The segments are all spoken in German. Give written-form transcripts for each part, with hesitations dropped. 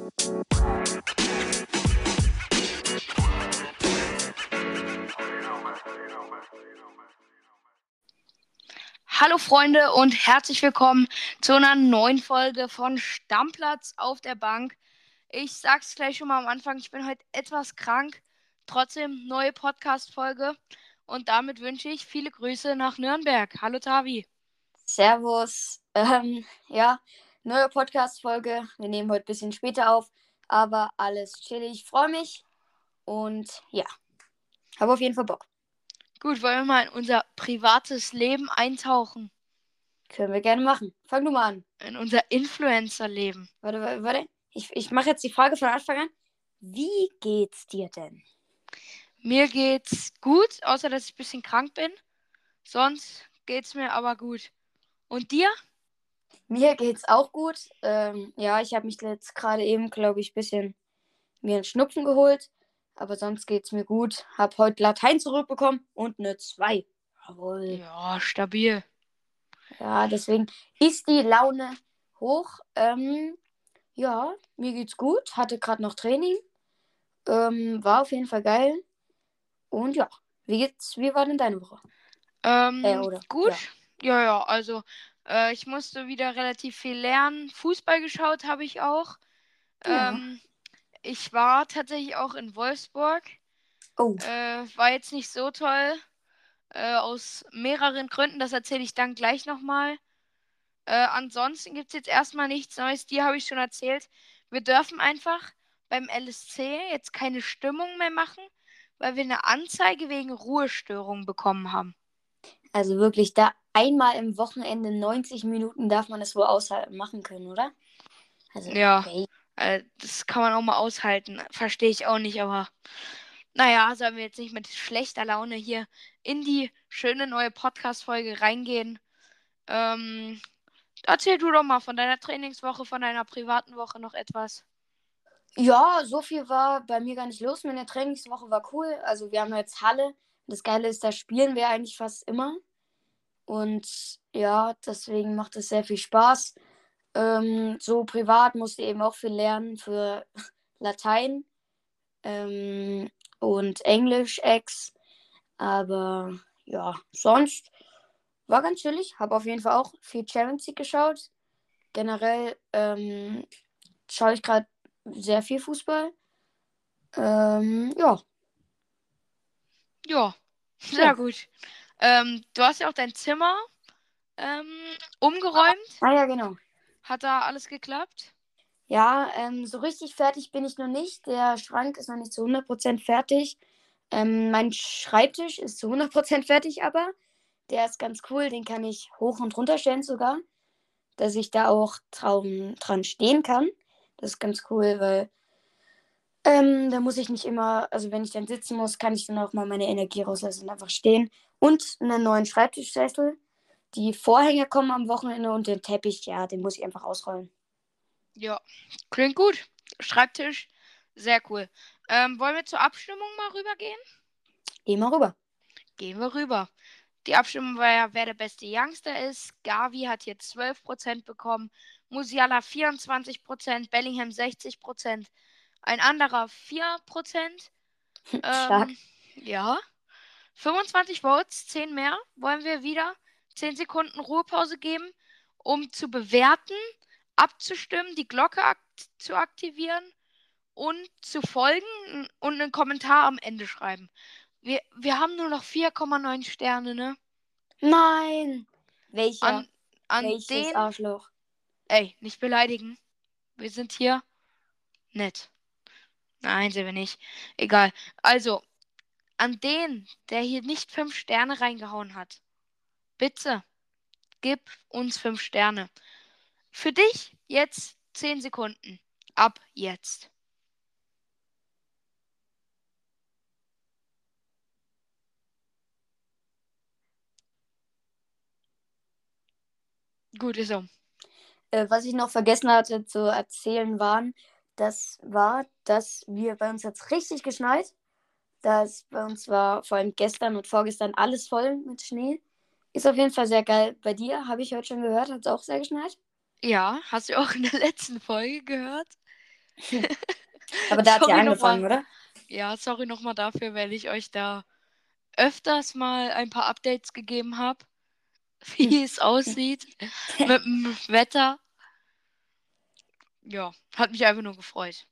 Hallo Freunde und herzlich willkommen zu einer neuen Folge von Stammplatz auf der Bank. Ich sag's gleich schon mal am Anfang, ich bin heute etwas krank. Trotzdem neue Podcast-Folge und damit wünsche ich viele Grüße nach Nürnberg. Hallo Tavi. Servus. Neue Podcast-Folge. Wir nehmen heute ein bisschen später auf, aber alles chillig. Ich freue mich und ja, habe auf jeden Fall Bock. Gut, wollen wir mal in unser privates Leben eintauchen? Können wir gerne machen. Fang du mal an. In unser Influencer-Leben. Warte. Ich mache jetzt die Frage von Anfang an. Wie geht's dir denn? Mir geht's gut, außer dass ich ein bisschen krank bin. Sonst geht's mir aber gut. Und dir? Mir geht's auch gut. Ich habe mich jetzt gerade eben, glaube ich, ein bisschen mir einen Schnupfen geholt. Aber sonst geht's mir gut. Hab heute Latein zurückbekommen und eine 2. Jawohl. Ja, stabil. Ja, deswegen ist die Laune hoch. Mir geht's gut. Hatte gerade noch Training. War auf jeden Fall geil. Und ja, wie war denn deine Woche? Gut. Ja. Ja, also ich musste wieder relativ viel lernen. Fußball geschaut habe ich auch. Ja. Ich war tatsächlich auch in Wolfsburg. Oh, War jetzt nicht so toll. Aus mehreren Gründen. Das erzähle ich dann gleich nochmal. Ansonsten gibt es jetzt erstmal nichts Neues. Dir habe ich schon erzählt. Wir dürfen einfach beim LSC jetzt keine Stimmung mehr machen, weil wir eine Anzeige wegen Ruhestörung bekommen haben. also wirklich, da einmal im Wochenende 90 Minuten darf man es wohl machen können, oder? Also, Ja, okay. das kann man auch mal aushalten. Verstehe ich auch nicht, aber naja, sollen wir jetzt nicht mit schlechter Laune hier in die schöne neue Podcast-Folge reingehen? Ähm, Erzähl du doch mal von deiner Trainingswoche, von deiner privaten Woche noch etwas. Ja, so viel war bei mir gar nicht los. Meine Trainingswoche war cool. Also, wir haben jetzt Halle. Das Geile ist, da spielen wir eigentlich fast immer. Und ja, deswegen macht es sehr viel Spaß. So privat musste ich eben auch viel lernen für Latein und Englisch-Ex. Aber ja, sonst war ganz chillig. Habe auf jeden Fall auch viel Champions League geschaut. Generell schaue ich gerade sehr viel Fußball. Ja. Ja, sehr Ja. gut. Du hast ja auch dein Zimmer ähm, umgeräumt. Ah ja, genau. Hat da alles geklappt? Ja, so richtig fertig bin ich noch nicht. Der Schrank ist noch nicht zu 100% fertig. Mein Schreibtisch ist zu 100% fertig, aber der ist ganz cool. Den kann ich hoch und runter stellen sogar, dass ich da auch dran stehen kann. Das ist ganz cool, weil da muss ich nicht immer, also wenn ich dann sitzen muss, kann ich dann auch mal meine Energie rauslassen und einfach stehen. Und einen neuen Schreibtischsessel. Die Vorhänge kommen am Wochenende und den Teppich, ja, den muss ich einfach ausrollen. Ja, klingt gut. Schreibtisch, sehr cool. Wollen wir zur Abstimmung mal rübergehen? Geh mal rüber. Gehen wir rüber. Die Abstimmung war ja, wer der beste Youngster ist. Gavi hat hier 12% bekommen, Musiala 24%, Bellingham 60%, ein anderer 4%. Stark. Ja, 25 Votes, 10 mehr. Wollen wir wieder 10 Sekunden Ruhepause geben, um zu bewerten, abzustimmen, die Glocke zu aktivieren und zu folgen und einen Kommentar am Ende schreiben. Wir haben nur noch 4,9 Sterne, ne? Nein. Welcher? An, an Welches den. Arschloch? Ey, nicht beleidigen. Wir sind hier nett. Nein, sind wir nicht. Egal. Also, an den, der hier nicht 5 Sterne reingehauen hat. Bitte, gib uns 5 Sterne. Für dich jetzt 10 Sekunden. Ab jetzt. Gut, ist so. Was ich noch vergessen hatte zu erzählen, dass wir bei uns jetzt richtig geschneit. Das bei uns war vor allem gestern und vorgestern alles voll mit Schnee. Ist auf jeden Fall sehr geil. Bei dir habe ich heute schon gehört, hat es auch sehr geschneit. Ja, hast du auch in der letzten Folge gehört? Aber da hat ja Sorry angefangen, nochmal. oder? Ja, sorry nochmal dafür, weil ich euch da öfters mal ein paar Updates gegeben habe, wie es aussieht mit dem Wetter. Ja, hat mich einfach nur gefreut.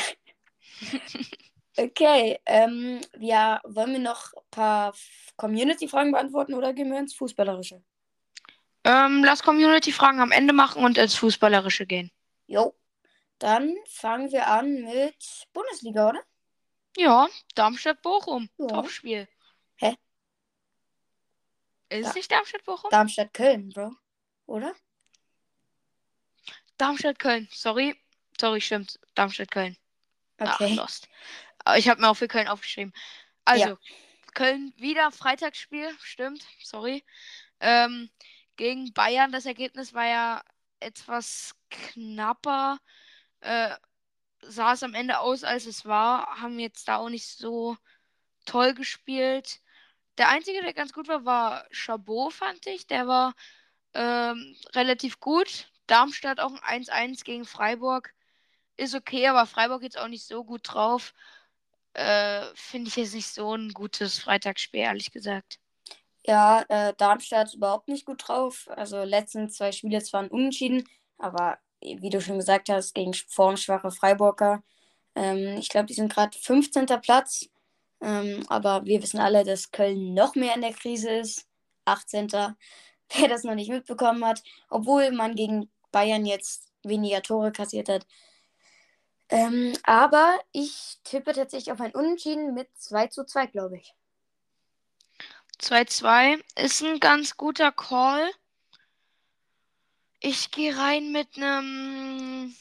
Okay, ja, wollen wir noch ein paar Community-Fragen beantworten oder gehen wir ins Fußballerische? Lass Community-Fragen am Ende machen und ins Fußballerische gehen. Jo, dann fangen wir an mit Bundesliga, oder? Ja, Darmstadt-Bochum. Ja. Topspiel. Hä? Ist es Da nicht Darmstadt-Bochum? Darmstadt-Köln, Bro. Oder? Darmstadt-Köln. Sorry. Sorry, stimmt. Darmstadt-Köln. Ach, Okay. lost. Aber ich habe mir auch für Köln aufgeschrieben. Ja. Also, Köln wieder Freitagsspiel. Stimmt. Sorry. Ähm, gegen Bayern. Das Ergebnis war ja etwas knapper. Äh, sah es am Ende aus, als es war. Haben jetzt da auch nicht so toll gespielt. Der Einzige, der ganz gut war, war Chabot, fand ich. Der war relativ gut. Darmstadt auch ein 1-1 gegen Freiburg. Ist okay, aber Freiburg jetzt auch nicht so gut drauf. Finde ich jetzt nicht so ein gutes Freitagsspiel, ehrlich gesagt. Ja, Darmstadt überhaupt nicht gut drauf. Also letzten zwei Spiele zwar unentschieden, aber wie du schon gesagt hast, gegen formschwache Freiburger. Ich glaube, die sind gerade 15. Platz. Aber wir wissen alle, dass Köln noch mehr in der Krise ist. 18. Wer das noch nicht mitbekommen hat. Obwohl man gegen Bayern jetzt weniger Tore kassiert hat. Aber ich tippe tatsächlich auf ein Unentschieden mit 2:2, glaube ich. 2-2 ist ein ganz guter Call. Ich gehe rein mit einem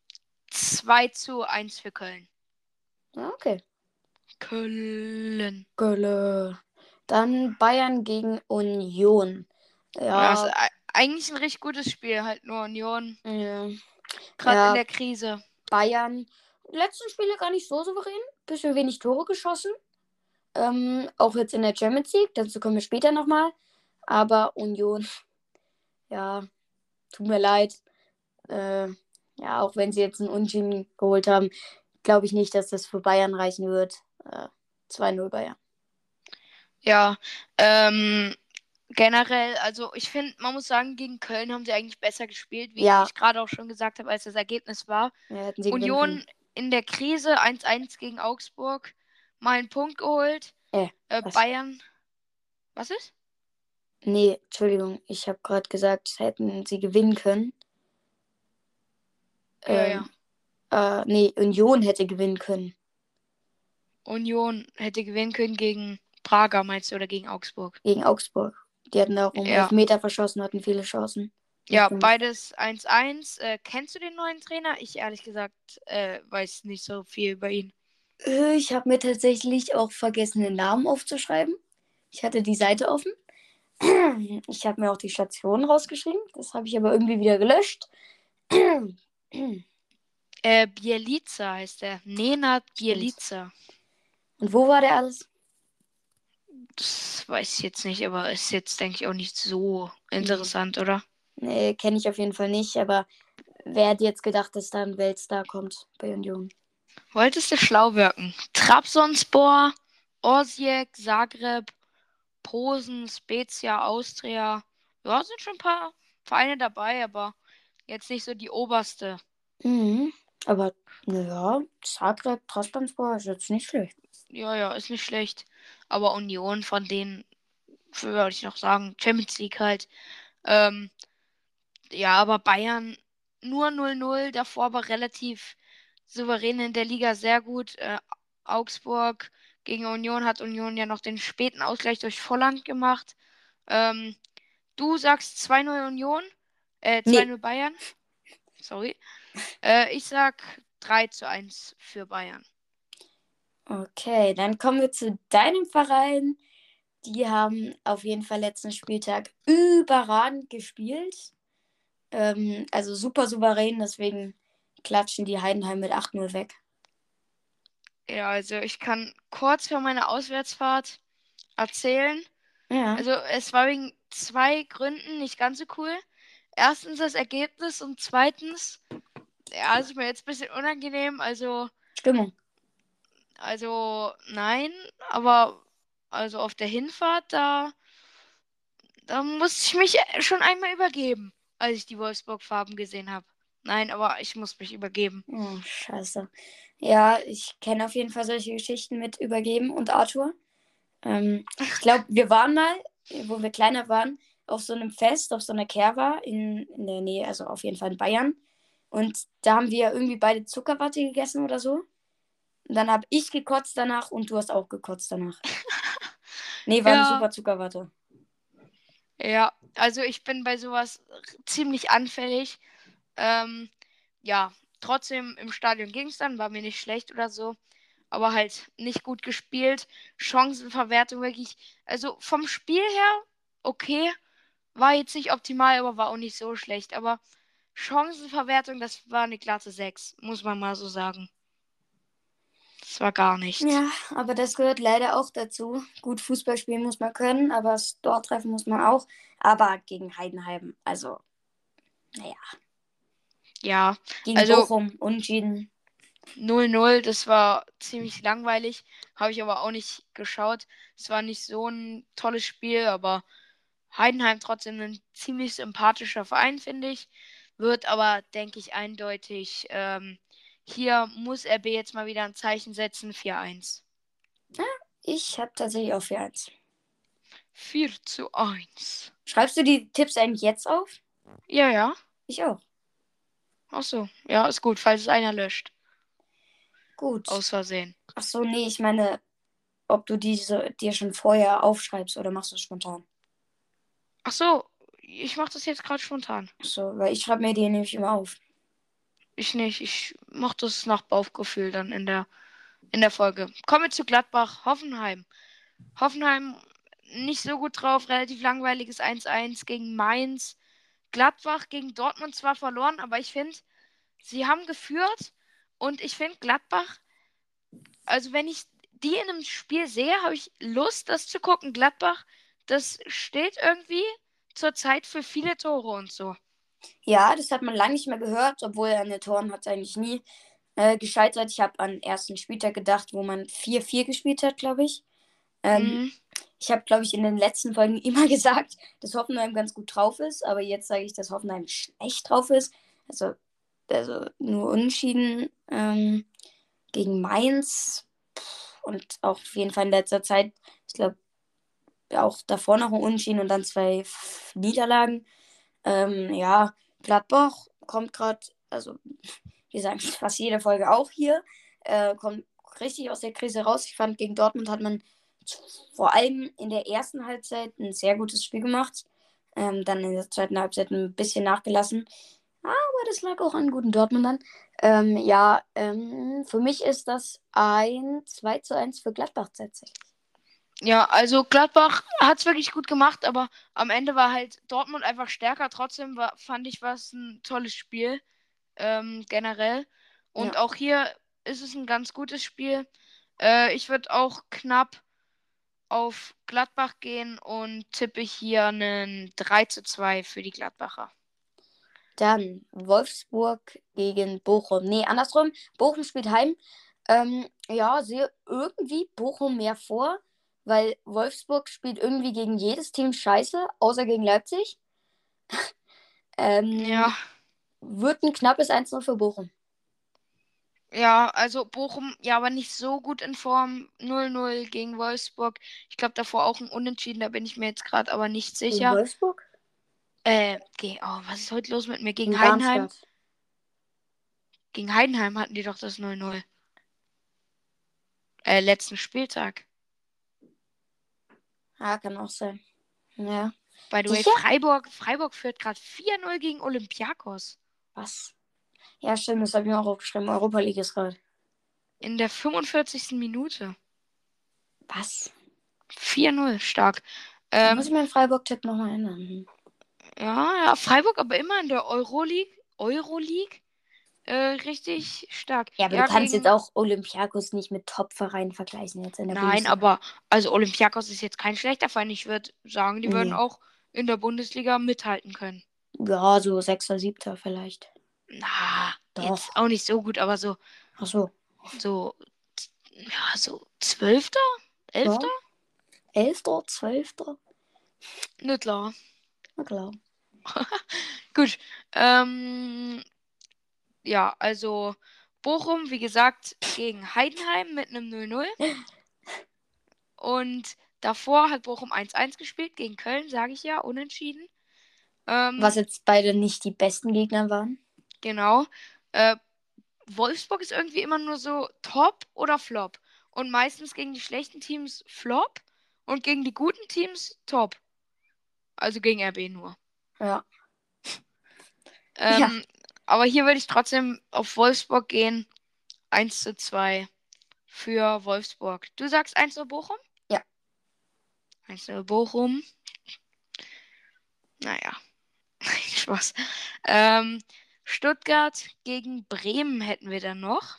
2-1 für Köln. Ja, okay. Köln. Gölle. Dann Bayern gegen Union. Ja, ist Ja, eigentlich ein richtig gutes Spiel, halt nur Union. äh, Gerade in ja, der Krise. Bayern. Letzten Spiele gar nicht so souverän. Bisschen wenig Tore geschossen. Auch jetzt in der Champions League. Dazu kommen wir später nochmal. Aber Union, ja, tut mir leid. Äh, ja, auch wenn sie jetzt einen Unentschieden geholt haben, glaube ich nicht, dass das für Bayern reichen wird. 2:0 Bayern. Ja, generell, also ich finde, man muss sagen, gegen Köln haben sie eigentlich besser gespielt, wie Ja, ich gerade auch schon gesagt habe, als das Ergebnis war. hätten sie gewinnen können. Union in der Krise 1-1 gegen Augsburg, mal einen Punkt geholt. Was? Bayern, was ist? Nee, Entschuldigung, ich habe gerade gesagt, hätten sie gewinnen können. Ja, ja. Ähm, nee, Union hätte gewinnen können Union hätte gewinnen können gegen Prager, meinst du, oder gegen Augsburg? gegen Augsburg. Die hatten da auch um Ja. Elfmeter verschossen, hatten viele Chancen. Nicht Ja, gemacht. beides 1-1. Kennst du den neuen Trainer? Ich ehrlich gesagt weiß nicht so viel über ihn. Ich habe mir tatsächlich auch vergessen, den Namen aufzuschreiben. Ich hatte die Seite offen. Ich habe mir auch die Station rausgeschrieben. Das habe ich aber irgendwie wieder gelöscht. Bielica heißt er. Nenad Und, Bielica. und wo war der alles? Das weiß ich jetzt nicht, aber ist jetzt, denke ich, auch nicht so Nee, interessant, oder? nee kenne ich auf jeden Fall nicht. Aber wer hätte jetzt gedacht, dass da ein Weltstar kommt bei Union? Wolltest du schlau wirken? Trabzonspor, Osijek, Zagreb, Posen, Spezia, Austria. Ja, sind schon ein paar Vereine dabei, aber jetzt nicht so die oberste. Mhm. Aber naja, Zagreb, Trabzonspor ist jetzt nicht schlecht. Ja, ja, ist nicht schlecht. Aber Union von denen, würde ich noch sagen, Champions League halt. Ähm, ja, aber Bayern nur 0-0, davor aber relativ souverän in der Liga, sehr gut. Augsburg gegen Union hat Union ja noch den späten Ausgleich durch Volland gemacht. Ähm, du sagst 2-0 Union, Nee. 2-0 Bayern, sorry. Ich sag 3-1 für Bayern. Okay, dann kommen wir zu deinem Verein. Die haben auf jeden Fall letzten Spieltag überragend gespielt. Also super souverän, deswegen klatschen die Heidenheim mit 8:0 weg. Ja, also ich kann kurz für meine Auswärtsfahrt erzählen. Ja. Also es war wegen zwei Gründen nicht ganz so cool. Erstens das Ergebnis und zweitens Ja, ist mir jetzt ein bisschen unangenehm. Stimmung. Also nein, aber also auf der Hinfahrt, da musste ich mich schon einmal übergeben, als ich die Wolfsburg-Farben gesehen habe. Nein, aber ich muss mich übergeben. Oh, scheiße. Ja, ich kenne auf jeden Fall solche Geschichten mit Übergeben und Arthur. Ich glaube, wir waren mal, wo wir kleiner waren, auf so einem Fest, auf so einer Kerwa in der Nähe, also auf jeden Fall in Bayern. Und da haben wir irgendwie beide Zuckerwatte gegessen oder so. Und dann habe ich gekotzt danach und du hast auch gekotzt danach. Nee, war eine Ja, super Zuckerwatte. ja, also ich bin bei sowas ziemlich anfällig. Ähm, ja, trotzdem im Stadion ging es dann, war mir nicht schlecht oder so, aber halt nicht gut gespielt. Chancenverwertung wirklich, also vom Spiel her okay, war jetzt nicht optimal, aber war auch nicht so schlecht. Aber Chancenverwertung, das war eine glatte 6, muss man mal so sagen. Das war gar nichts. Ja, aber das gehört leider auch dazu. Gut, Fußball spielen muss man können, aber das Tor treffen muss man auch. Aber gegen Heidenheim, also, naja, Ja, gegen also Bochum, unentschieden. 0-0, das war ziemlich langweilig. Habe ich aber auch nicht geschaut. Es war nicht so ein tolles Spiel, aber Heidenheim trotzdem ein ziemlich sympathischer Verein, finde ich. Wird aber, denke ich, eindeutig. Hier muss RB jetzt mal wieder ein Zeichen setzen. 4-1. Ich habe tatsächlich auch 4-1. 4-1. Schreibst du die Tipps eigentlich jetzt auf? Ja, ja. Ich auch. Ach so. Ja, ist gut, falls es einer löscht. Gut. Aus Versehen. Ach so, nee, ich meine, ob du diese dir schon vorher aufschreibst oder machst du es spontan? Ach so. Ich mache das jetzt gerade spontan. Ach so, weil ich schreibe mir die nämlich immer auf. Ich nicht. Ich mache das nach Bauchgefühl dann in der Folge. Kommen wir zu Gladbach. Hoffenheim. Hoffenheim nicht so gut drauf. Relativ langweiliges 1-1 gegen Mainz. Gladbach gegen Dortmund zwar verloren, aber ich finde, sie haben geführt. Und ich finde, Gladbach, also wenn ich die in einem Spiel sehe, habe ich Lust, das zu gucken. Gladbach, das steht irgendwie zurzeit für viele Tore und so. Ja, das hat man lange nicht mehr gehört, obwohl an den Toren hat es eigentlich nie gescheitert. Ich habe an den ersten Spieltag gedacht, wo man 4-4 gespielt hat, glaube ich. Ähm, Mhm. Ich habe, glaube ich, in den letzten Folgen immer gesagt, dass Hoffenheim ganz gut drauf ist, aber jetzt sage ich, dass Hoffenheim schlecht drauf ist. Also nur unentschieden gegen Mainz und auch auf jeden Fall in letzter Zeit, ich glaube, auch davor noch ein Unentschieden und dann zwei Niederlagen. Ja, Gladbach kommt gerade, also wir sagen es fast jede Folge auch hier, kommt richtig aus der Krise raus. Ich fand, gegen Dortmund hat man vor allem in der ersten Halbzeit ein sehr gutes Spiel gemacht. Dann in der zweiten Halbzeit ein bisschen nachgelassen. Aber das lag auch an guten Dortmundern. Ja, für mich ist das ein 2-1 für Gladbach tatsächlich. Ja, also Gladbach hat es wirklich gut gemacht, aber am Ende war halt Dortmund einfach stärker. Trotzdem fand ich, war es ein tolles Spiel, generell. Und Ja. auch hier ist es ein ganz gutes Spiel. Ich würde auch knapp auf Gladbach gehen und tippe hier einen 3-2 für die Gladbacher. Dann Wolfsburg gegen Bochum. Nee, andersrum. Bochum spielt heim. Ja, sehe irgendwie Bochum mehr vor, weil Wolfsburg spielt irgendwie gegen jedes Team scheiße, außer gegen Leipzig. Ja, Wird ein knappes 1-0 für Bochum. ja, also Bochum, ja, aber nicht so gut in Form. 0-0 gegen Wolfsburg. Ich glaube davor auch ein Unentschieden, da bin ich mir jetzt gerade aber nicht Gegen sicher. Wolfsburg? Was ist heute los mit mir? Gegen In Heidenheim? Darmstadt. Gegen Heidenheim hatten die doch das 0-0. Letzten Spieltag. Ja, kann auch sein. Ja. By the way, Sicher? Freiburg führt gerade 4-0 gegen Olympiakos. Was? Ja, stimmt, das habe ich mir auch aufgeschrieben. Europa League ist gerade. In der 45. Minute. Was? 4-0, stark. Da muss Ähm, ich meinen Freiburg-Tipp nochmal ändern. ja, ja, Freiburg aber immer in der Euroleague, richtig stark. Ja, aber du Ja, kannst jetzt gegen. auch Olympiakos nicht mit Top-Vereinen vergleichen jetzt in der Nein, Bundesliga. aber also Olympiakos ist jetzt kein schlechter Verein. Ich würde sagen, die würden Nee. auch in der Bundesliga mithalten können. Ja, so Sechster, Siebter vielleicht. Na, jetzt Doch. auch nicht so gut, aber so, Ach so. so, ja, so 12., Ja. 11.? 11., 12. Nicht klar. Na klar. Gut. Ja, also Bochum, wie gesagt, gegen Heidenheim mit einem 0:0. Und davor hat Bochum 1:1 gespielt gegen Köln, sage ich ja, unentschieden. Was Ähm, jetzt beide nicht die besten Gegner waren. genau. Äh, Wolfsburg ist irgendwie immer nur so Top oder Flop. Und meistens gegen die schlechten Teams Flop und gegen die guten Teams Top. Also gegen RB nur. Ja. Ja. Ähm, aber hier würde ich trotzdem auf Wolfsburg gehen. 1:2 für Wolfsburg. Du sagst 1:0 Bochum? Ja. 1:0 Bochum. Naja, Spaß. Stuttgart gegen Bremen hätten wir dann noch.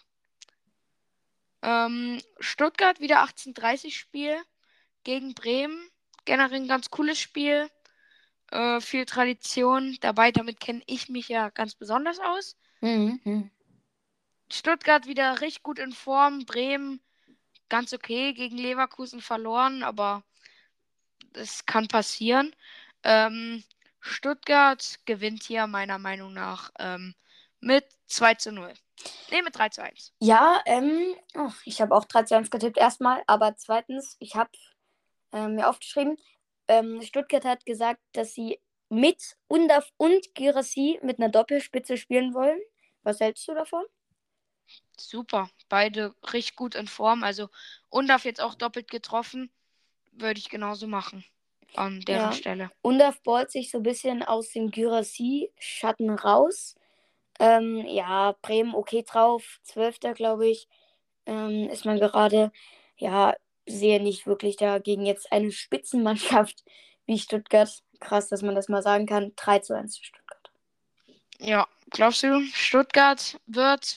Stuttgart wieder 18:30 Spiel gegen Bremen. Generell ein ganz cooles Spiel. Viel Tradition dabei. Damit kenne ich mich ja ganz besonders aus. Mhm. Stuttgart wieder richtig gut in Form. Bremen ganz okay gegen Leverkusen verloren, aber es kann passieren. Stuttgart gewinnt hier meiner Meinung nach mit 2:0. Ne, mit 3:1. Ja, ich habe auch 3:1 getippt erstmal, aber zweitens, ich habe mir aufgeschrieben, Stuttgart hat gesagt, dass sie mit Undaf und Girassi mit einer Doppelspitze spielen wollen. Was hältst du davon? Super. Beide richtig gut in Form. Also Undaf jetzt auch doppelt getroffen. Würde ich genauso machen. An deren Ja. Stelle. Undaf ballt sich so ein bisschen aus dem Girassi-Schatten raus. Ja, Bremen okay drauf. 12. glaube ich, ist man gerade. Ja, sehe nicht wirklich dagegen jetzt eine Spitzenmannschaft wie Stuttgart. Krass, dass man das mal sagen kann. 3:1 für Stuttgart. Ja, glaubst du, Stuttgart wird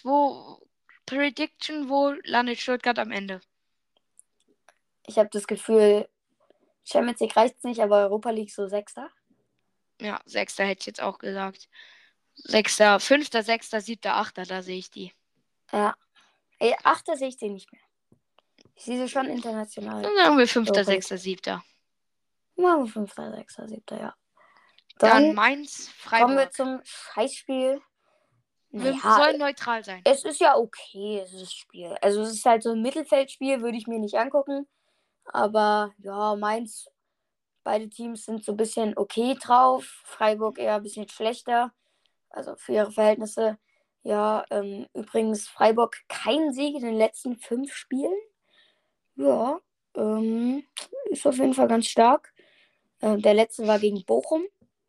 wo landet Stuttgart am Ende? Ich habe das Gefühl, Champions League reicht nicht, aber Europa League so Sechster. Ja, Sechster hätte ich jetzt auch gesagt. Sechster, Fünfter, Sechster, Siebter, Achter, da sehe ich die. Ja. Ey, Achter sehe ich den nicht mehr. Ich sehe sie schon international. Dann sagen wir Fünfter, Europa League. Sechster, Siebter. Machen wir Fünfter, Sechster, Siebter, ja. Dann Dann Mainz, kommen wir Freiburg. zum Scheißspiel. Wir Naja, sollen neutral sein. es ist ja okay, es ist das Spiel. Also es ist halt so ein Mittelfeldspiel, würde ich mir nicht angucken. Aber ja, Mainz, beide Teams sind so ein bisschen okay drauf. Freiburg eher ein bisschen schlechter. Also für ihre Verhältnisse. Ja, übrigens Freiburg kein Sieg in den letzten 5 Spielen. Ja, ist auf jeden Fall ganz stark. Der letzte war gegen Bochum.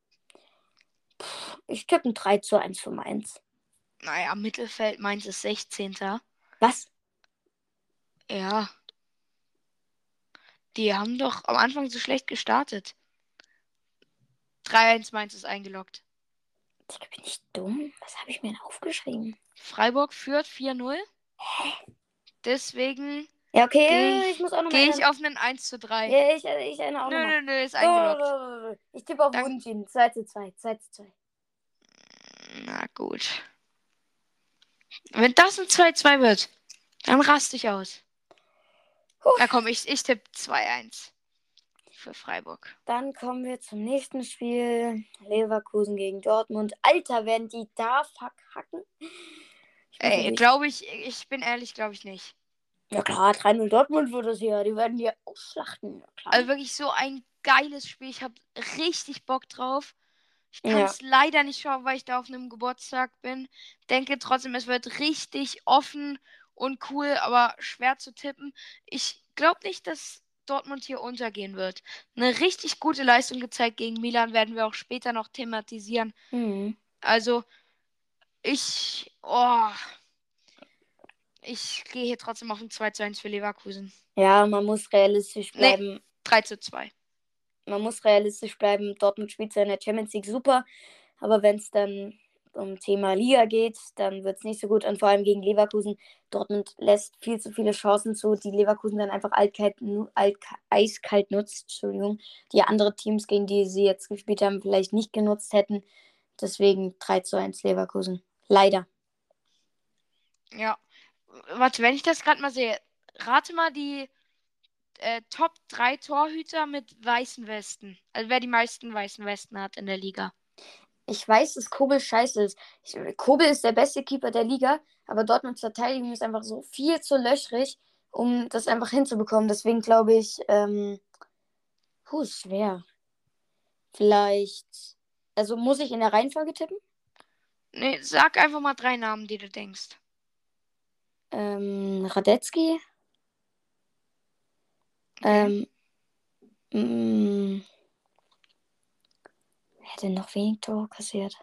Ich tippe ein 3:1 für Mainz. Naja, Mittelfeld, Mainz ist 16. Was? Ja, die haben doch am Anfang so schlecht gestartet. 3:1 Mainz ist eingeloggt. Digga, bin ich dumm? Was habe ich mir denn aufgeschrieben? Freiburg führt 4:0. Deswegen Ja, gehe okay, ich ich, muss auch nochmal geh ich ändern. auf einen 1:3. Ja, ich ändere auch Nö, nochmal. nö, nö, ist eingeloggt. Ich tippe auf Dann, Unentschieden. 2:2. 2:2. na gut. Wenn das ein 2:2 wird, dann raste ich aus. Na komm, ich tippe 2:1 für Freiburg. Dann kommen wir zum nächsten Spiel. Leverkusen gegen Dortmund. Alter, werden die da verkacken? Ich muss Ey, wirklich. glaube ich bin ehrlich, glaube ich nicht. Ja klar, 3:0 Dortmund wird es hier. Die werden die ausschlachten. Ja klar. Also wirklich so ein geiles Spiel. Ich habe richtig Bock drauf. Ich kann Ja. es leider nicht schauen, weil ich da auf einem Geburtstag bin. Denke trotzdem, es wird richtig offen und cool, aber schwer zu tippen. Ich glaube nicht, dass Dortmund hier untergehen wird. Eine richtig gute Leistung gezeigt gegen Milan werden wir auch später noch thematisieren. Mhm. Also oh, ich gehe hier trotzdem auf ein 2:1 für Leverkusen. Ja, man muss realistisch Nee, bleiben. 3:2. Man muss realistisch bleiben. Dortmund spielt zwar in der Champions League super, aber wenn es dann um Thema Liga geht, dann wird es nicht so gut. Und vor allem gegen Leverkusen. Dortmund lässt viel zu viele Chancen zu, die Leverkusen dann einfach eiskalt nutzt. Entschuldigung. Die andere Teams, gegen die sie jetzt gespielt haben, vielleicht nicht genutzt hätten. Deswegen 3:1 Leverkusen. Leider. Ja. Warte, wenn ich das gerade mal sehe, rate mal die Top 3 Torhüter mit weißen Westen. Also wer die meisten weißen Westen hat in der Liga. Ich weiß, dass Kobel scheiße ist. Kobel ist der beste Keeper der Liga, aber Dortmunds Verteidigung ist einfach so viel zu löchrig, um das einfach hinzubekommen. Deswegen glaube ich, ist schwer. Vielleicht, also muss ich in der Reihenfolge tippen? Nee, sag einfach mal 3 Namen, die du denkst. Radetzky. Okay. Wer hätte noch wenig Tore kassiert?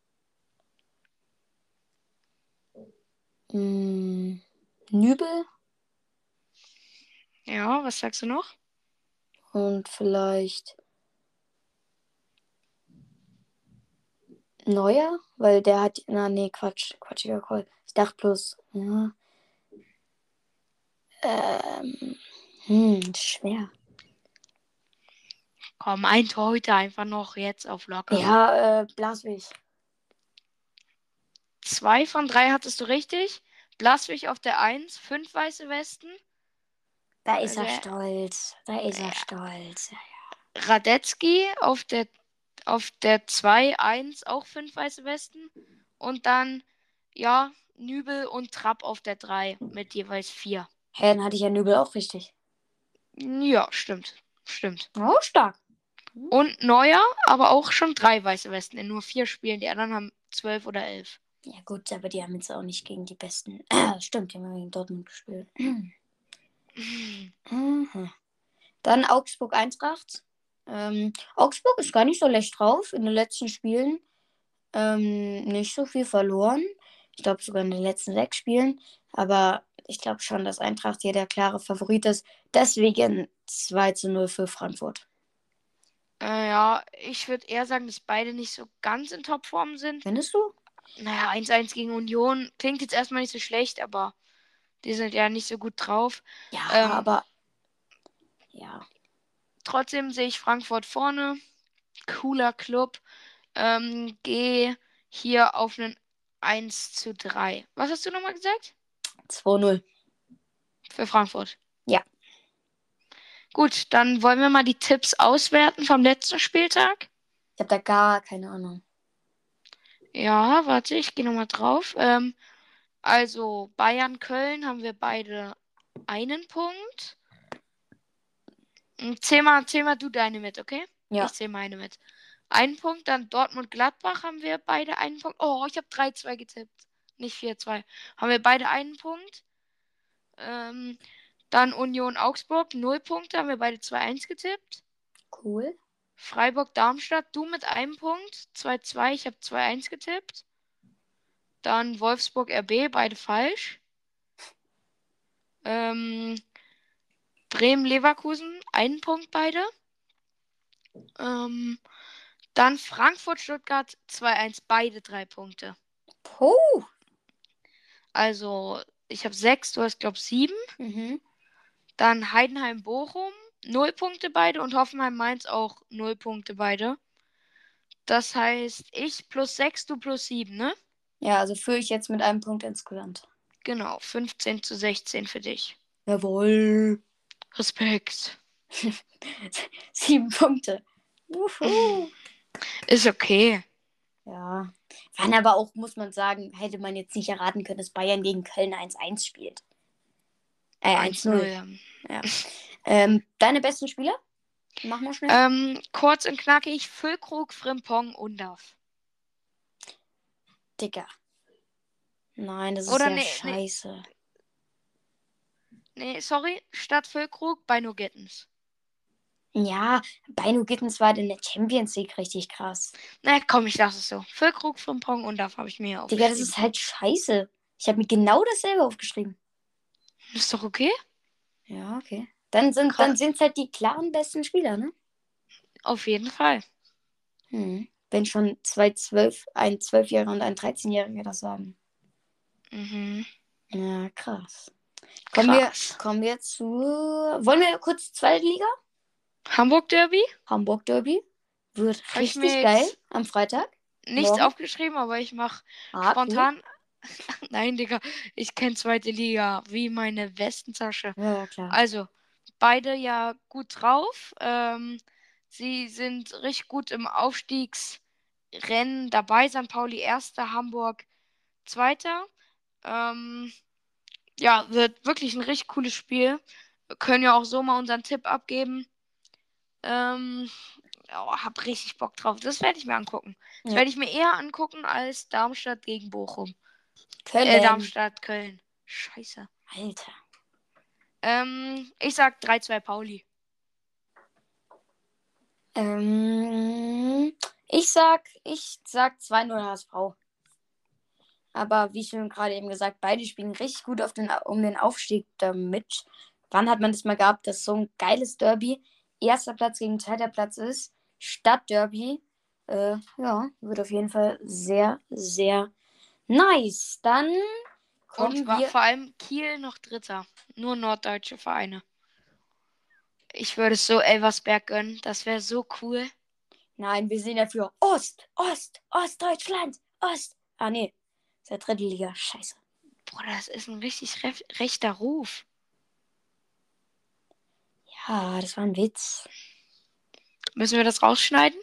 Nübel Ja, was sagst du noch? und vielleicht Neuer, weil der hat. Na, nee, Quatschiger Call. Ich dachte bloß, ja. Schwer. Komm, ein Torhüter einfach noch jetzt auf locker. Ja, Blaswig. 2 von 3 hattest du richtig. Blaswig auf der 1, 5 weiße Westen. Da ist Also er stolz. Da ist er stolz. Radetzky auf der 2, 1, auch 5 weiße Westen. Und dann, ja, Nübel und Trapp auf der 3 mit jeweils 4. Hä, dann hatte ich ja Nübel auch richtig. Ja, stimmt. Stimmt. Oh, stark. Und Neuer, aber auch schon 3 weiße Westen in nur 4 Spielen. Die anderen haben 12 oder 11. Ja, gut, aber die haben jetzt auch nicht gegen die Besten. Stimmt, die haben gegen Dortmund gespielt. Mhm. Dann Augsburg-Eintracht. Augsburg ist gar nicht so schlecht drauf. In den letzten Spielen nicht so viel verloren. Ich glaube sogar in den letzten 6 Spielen. Aber ich glaube schon, dass Eintracht hier der klare Favorit ist. Deswegen 2:0 für Frankfurt. Ja, ich würde eher sagen, dass beide nicht so ganz in Topform sind. Findest du? Naja, 1-1 gegen Union klingt jetzt erstmal nicht so schlecht, aber die sind ja nicht so gut drauf. Ja, Ähm, aber ja. Trotzdem sehe ich Frankfurt vorne. Cooler Club. Gehe hier auf einen 1:3. Was hast du nochmal gesagt? 2:0. Für Frankfurt. Ja. Gut, dann wollen wir mal die Tipps auswerten vom letzten Spieltag. Ich habe da gar keine Ahnung. Ja, warte, ich gehe nochmal drauf. Also Bayern-Köln haben wir beide einen Punkt. Zähl mal du deine mit, okay? Ja. Ich zähle meine mit. Einen Punkt, dann Dortmund-Gladbach haben wir beide einen Punkt. Oh, ich habe 3-2 getippt. Nicht 4-2. Haben wir beide einen Punkt. Dann Union Augsburg, 0 Punkte, haben wir beide 2-1 getippt. Cool. Freiburg-Darmstadt, du mit einem Punkt, 2-2, ich habe 2-1 getippt. Dann Wolfsburg-RB, beide falsch. Bremen-Leverkusen, einen Punkt beide. Dann Frankfurt-Stuttgart 2-1, beide 3 Punkte. Puh. Also, ich habe 6, du hast, glaube ich, 7. Mhm. Dann Heidenheim-Bochum, 0 Punkte beide und Hoffenheim-Mainz auch 0 Punkte beide. Das heißt, ich plus 6, du plus 7, ne? Ja, also führe ich jetzt mit einem Punkt insgesamt. Genau, 15:16 für dich. Jawohl. Respekt. 7 Punkte. Uhu. Ist okay. Ja. Waren aber auch, muss man sagen, hätte man jetzt nicht erraten können, dass Bayern gegen Köln 1:1 spielt. 1:0. 1:0. Ja. Deine besten Spieler? Mach mal schnell. Kurz und knackig, Füllkrug, Frimpong, Undorf. Dicker. Nein, das ist Oder ja nee, scheiße. sorry, statt Füllkrug, Beino Gittens. Ja, Beino Gittens war in der Champions League richtig krass. Na komm, ich lasse es so. Füllkrug, Frimpong, Undorf habe ich mir hier Digga, das aufgeschrieben. ist halt scheiße. Ich habe mir genau dasselbe aufgeschrieben. Ist doch okay? Ja, okay. Dann sind es halt die klaren besten Spieler, ne? Auf jeden Fall. Wenn schon ein 12-Jähriger und ein 13-Jähriger das sagen. Mhm. Ja, krass. Krass. Kommen wir zu. Wollen wir kurz zweite Liga? Hamburg Derby? Hamburg Derby. Wird Habe ich richtig mir geil jetzt. am Freitag. nichts Morgen? aufgeschrieben, aber ich mache Ah, cool. spontan. Nein, Digga, ich kenne zweite Liga wie meine Westentasche. Ja, ja, klar. Also, beide ja gut drauf. Sie sind richtig gut im Aufstiegsrennen dabei. St. Pauli Erster, Hamburg Zweiter. Ähm, ja, wird wirklich ein richtig cooles Spiel. Wir können ja auch so mal unseren Tipp abgeben. Ähm, hab richtig Bock drauf. Das werde ich mir angucken. Das Ja. werde ich mir eher angucken als Darmstadt gegen Bochum. Köln. Darmstadt, Köln. Scheiße. Alter. Ich sag 3-2 Pauli. Ich sag 2-0 HSV. Aber wie schon gerade eben gesagt, beide spielen richtig gut um den Aufstieg mit. Wann hat man das mal gehabt, dass so ein geiles Derby erster Platz gegen zweiter Platz ist? Stadtderby. Ja, wird auf jeden Fall sehr, sehr nice. Dann Und kommen wir. vor allem Kiel noch Dritter. Nur norddeutsche Vereine. Ich würde es so Elversberg gönnen. Das wäre so cool. Nein, wir sehen dafür Ostdeutschland. Ost. Ah, nee. Das ist ja dritte Liga. Scheiße. Boah, das ist ein richtig rechter Ruf. Ja, das war ein Witz. Müssen wir das rausschneiden?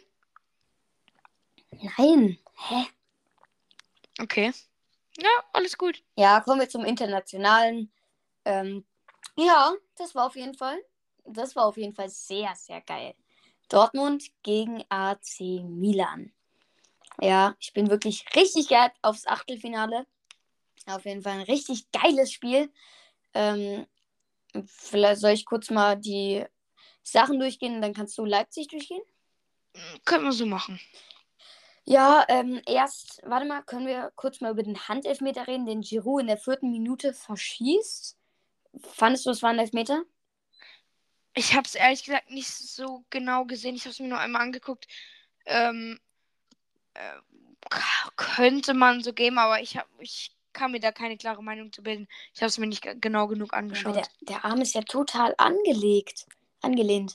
Nein. Hä? Okay. Ja, alles gut. Ja, kommen wir zum Internationalen. Ähm, ja, das war auf jeden Fall. Das war auf jeden Fall sehr, sehr geil. Dortmund gegen AC Milan. Ja, ich bin wirklich richtig geil aufs Achtelfinale. Auf jeden Fall ein richtig geiles Spiel. Ähm, Vielleicht soll ich kurz mal die Sachen durchgehen, dann kannst du Leipzig durchgehen. Können wir so machen. Ja, warte mal, können wir kurz mal über den Handelfmeter reden, den Giroud in der 4. Minute verschießt? Fandest du, es war ein Elfmeter? Ich habe es ehrlich gesagt nicht so genau gesehen. Ich habe es mir nur einmal angeguckt. Ähm, äh, könnte man so geben, aber ich kann mir da keine klare Meinung zu bilden. Ich habe es mir nicht genau genug Ja, aber der, angeschaut. der Arm ist ja total angelehnt.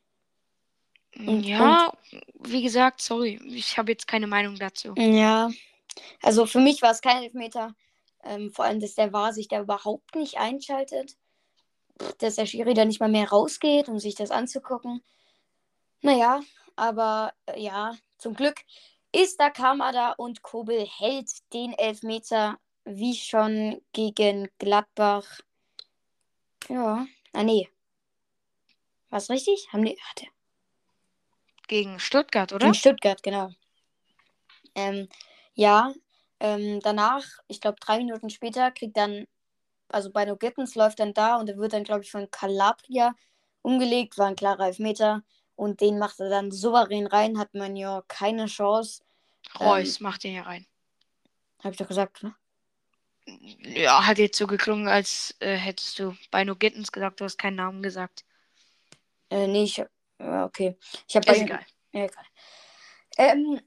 Und Ja, wie gesagt, sorry, ich habe jetzt keine Meinung dazu. ja, also für mich war es kein Elfmeter. Vor allem, dass der VAR sich da überhaupt nicht einschaltet. Dass der Schiri da nicht mal mehr rausgeht, um sich das anzugucken. Naja, aber ja, zum Glück ist da Kamada und Kobel hält den Elfmeter wie schon gegen Gladbach. Ja, nee. War's richtig? Hatte. Gegen Stuttgart, Gegen oder? Stuttgart, genau. Ähm, ja, danach, ich glaube 3 Minuten später, kriegt dann, also Bino Gittens läuft dann da und er wird dann, glaube ich, von Calabria umgelegt, war ein klarer Elfmeter und den macht er dann souverän rein, hat man ja keine Chance. Reus macht den hier rein. Habe ich doch gesagt, ne? Ja, hat jetzt so geklungen, als hättest du bei No Gittens gesagt, du hast keinen Namen gesagt. Nee, okay. Ich habe Ist bei. egal. Ja, egal. Ähm,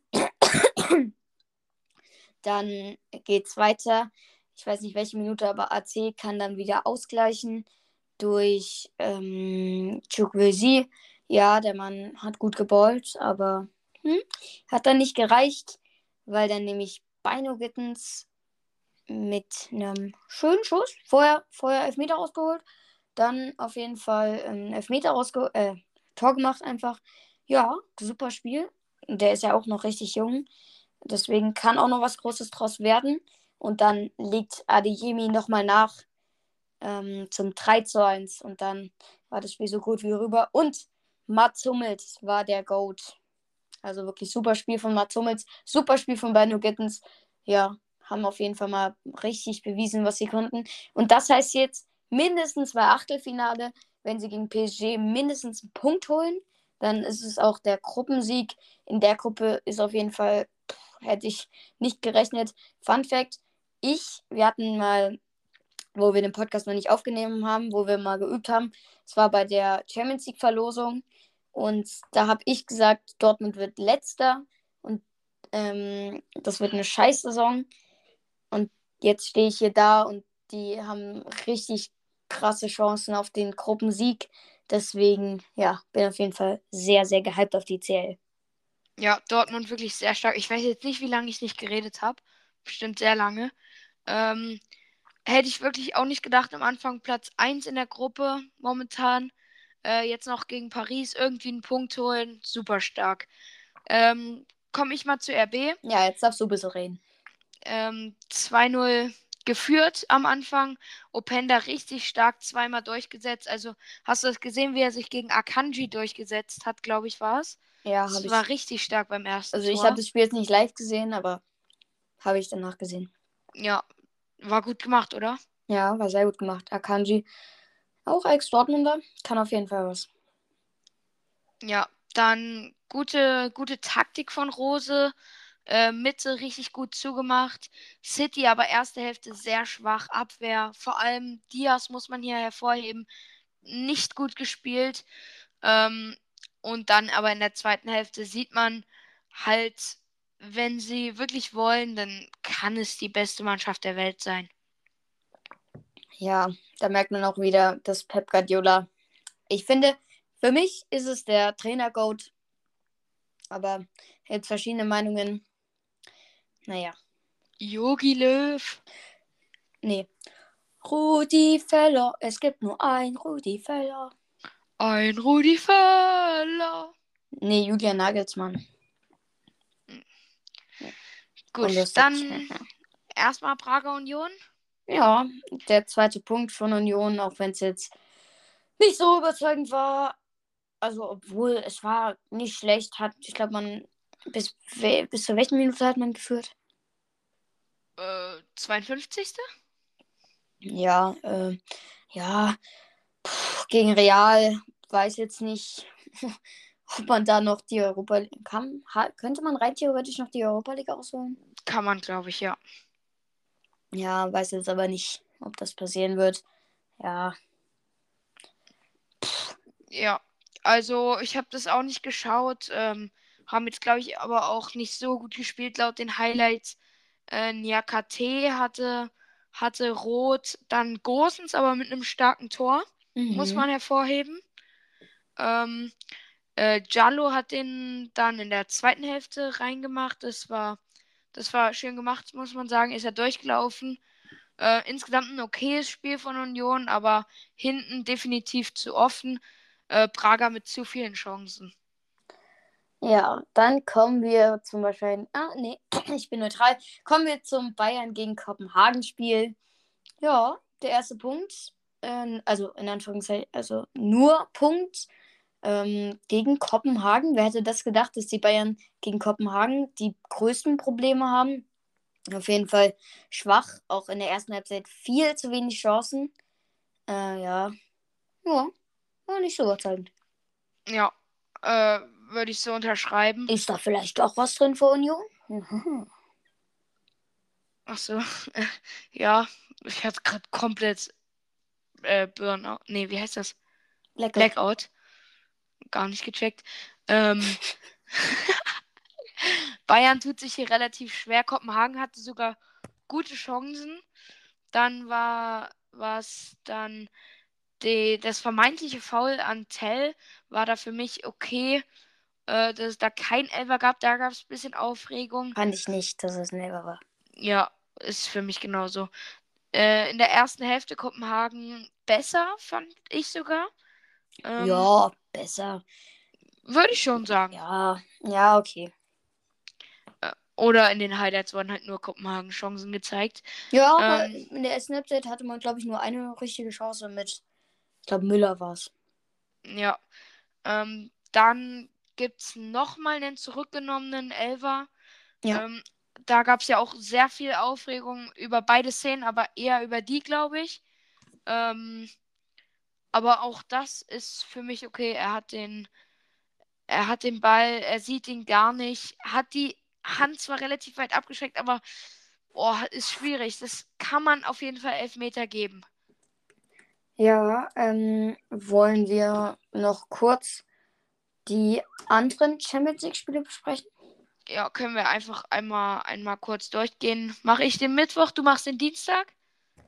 Dann geht's weiter. Ich weiß nicht welche Minute, aber AC kann dann wieder ausgleichen durch Chukwueze. Ja, der Mann hat gut geballt, aber hat dann nicht gereicht, weil dann nämlich Bino Gittens mit einem schönen Schuss vorher Elfmeter rausgeholt, dann auf jeden Fall Elfmeter Tor gemacht einfach. Ja, super Spiel. Der ist ja auch noch richtig jung. Deswegen kann auch noch was Großes draus werden. Und dann legt Adeyemi nochmal nach zum 3:1. Und dann war das Spiel so gut wie rüber. Und Mats Hummels war der GOAT. Also wirklich super Spiel von Mats Hummels. Super Spiel von Bino Gittens. Ja, haben auf jeden Fall mal richtig bewiesen, was sie konnten. Und das heißt jetzt mindestens bei Achtelfinale, wenn sie gegen PSG mindestens einen Punkt holen, dann ist es auch der Gruppensieg. In der Gruppe ist auf jeden Fall, hätte ich nicht gerechnet. Fun Fact, wir hatten mal, wo wir den Podcast noch nicht aufgenommen haben, wo wir mal geübt haben, es war bei der Champions League Verlosung und da habe ich gesagt, Dortmund wird letzter und das wird eine Scheißsaison. Und jetzt stehe ich hier da und die haben richtig krasse Chancen auf den Gruppensieg. Deswegen, ja, bin auf jeden Fall sehr, sehr gehypt auf die CL. Ja, Dortmund wirklich sehr stark. Ich weiß jetzt nicht, wie lange ich nicht geredet habe. Bestimmt sehr lange. Ähm, Hätte ich wirklich auch nicht gedacht. Am Anfang Platz 1 in der Gruppe momentan. Jetzt noch gegen Paris irgendwie einen Punkt holen. Super stark. Komme ich mal zu RB. Ja, jetzt darfst du ein bisschen reden. 2-0 geführt am Anfang. Openda richtig stark zweimal durchgesetzt. Also hast du das gesehen, wie er sich gegen Akanji durchgesetzt hat, glaube ich, war es. Ja, habe Es war ich. richtig stark beim ersten Also ich habe Tor. das Spiel jetzt nicht live gesehen, aber habe ich danach gesehen. Ja, war gut gemacht, oder? Ja, war sehr gut gemacht. Akanji, auch Ex-Dortmunder, kann auf jeden Fall was. Ja, dann gute Taktik von Rose. Mitte richtig gut zugemacht. City aber erste Hälfte sehr schwach. Abwehr. Vor allem Diaz muss man hier hervorheben. Nicht gut gespielt. Ähm, und dann aber in der zweiten Hälfte sieht man halt, wenn sie wirklich wollen, dann kann es die beste Mannschaft der Welt sein. Ja, da merkt man auch wieder, dass Pep Guardiola. Ich finde, für mich ist es der Trainer-Goat, aber jetzt verschiedene Meinungen. Naja, Jogi Löw. nee. Rudi Völler, es gibt nur ein Rudi Völler. Ein Rudi Völler. Nee, Julian Nagelsmann. Nee, Gut, unlustig. dann erstmal Prager Union. Ja, der zweite Punkt von Union, auch wenn es jetzt nicht so überzeugend war. Also, obwohl es war nicht schlecht, ich glaube, bis zu welchen Minute hat man geführt? 52. Ja, ja, gegen Real weiß jetzt nicht, ob man da noch die Europa könnte man rein theoretisch noch die Europa League ausholen? Kann man, glaube ich, ja. Ja, weiß jetzt aber nicht, ob das passieren wird. Ja, Ja, also ich habe das auch nicht geschaut. Haben jetzt, glaube ich, aber auch nicht so gut gespielt laut den Highlights. Niakate hatte Rot, dann Gosens, aber mit einem starken Tor, muss mhm. man hervorheben. Ähm, Giallo hat den dann in der zweiten Hälfte reingemacht. Das war schön gemacht, muss man sagen. Ist er durchgelaufen. Insgesamt ein okayes Spiel von Union, aber hinten definitiv zu offen. Braga mit zu vielen Chancen. Ja, dann kommen wir zum Beispiel. Ah, nee, ich bin neutral. Kommen wir zum Bayern gegen Kopenhagen-Spiel. Ja, der erste Punkt. Also in Anführungszeichen, also nur Punkt gegen Kopenhagen. Wer hätte das gedacht, dass die Bayern gegen Kopenhagen die größten Probleme haben? Auf jeden Fall schwach. Auch in der ersten Halbzeit viel zu wenig Chancen. Ja. Ja, war nicht so überzeugend. Ja, würde ich so unterschreiben. Ist da vielleicht doch was drin für Union? Mhm. Ach so, ja, ich hatte gerade komplett Burnout. Nee, wie heißt das? Blackout. Blackout. Gar nicht gecheckt. Ähm, Bayern tut sich hier relativ schwer. Kopenhagen hatte sogar gute Chancen. Dann war was dann das vermeintliche Foul an Tell war da für mich okay. Dass es da kein Elfer gab, da gab es ein bisschen Aufregung. Fand ich nicht, dass es ein Elfer war. Ja, ist für mich genauso. In der ersten Hälfte Kopenhagen besser, fand ich sogar. Ähm, Ja, besser. Würde ich schon sagen. Ja, ja, okay. Oder in den Highlights wurden halt nur Kopenhagen Chancen gezeigt. Ja, aber Ähm, in der Snapchat hatte man, glaube ich, nur eine richtige Chance mit, ich glaube, Müller war es. ja. Dann gibt es nochmal einen zurückgenommenen Elfer. Ja, Ähm, Da gab es ja auch sehr viel Aufregung über beide Szenen, aber eher über die, glaube ich. Ähm, aber auch das ist für mich okay. Er hat den Ball, er sieht ihn gar nicht, hat die Hand zwar relativ weit abgeschreckt, aber ist schwierig. Das kann man auf jeden Fall Elfmeter geben. ja, wollen wir noch kurz die anderen Champions League-Spiele besprechen? Ja, können wir einfach einmal kurz durchgehen. Mache ich den Mittwoch, du machst den Dienstag?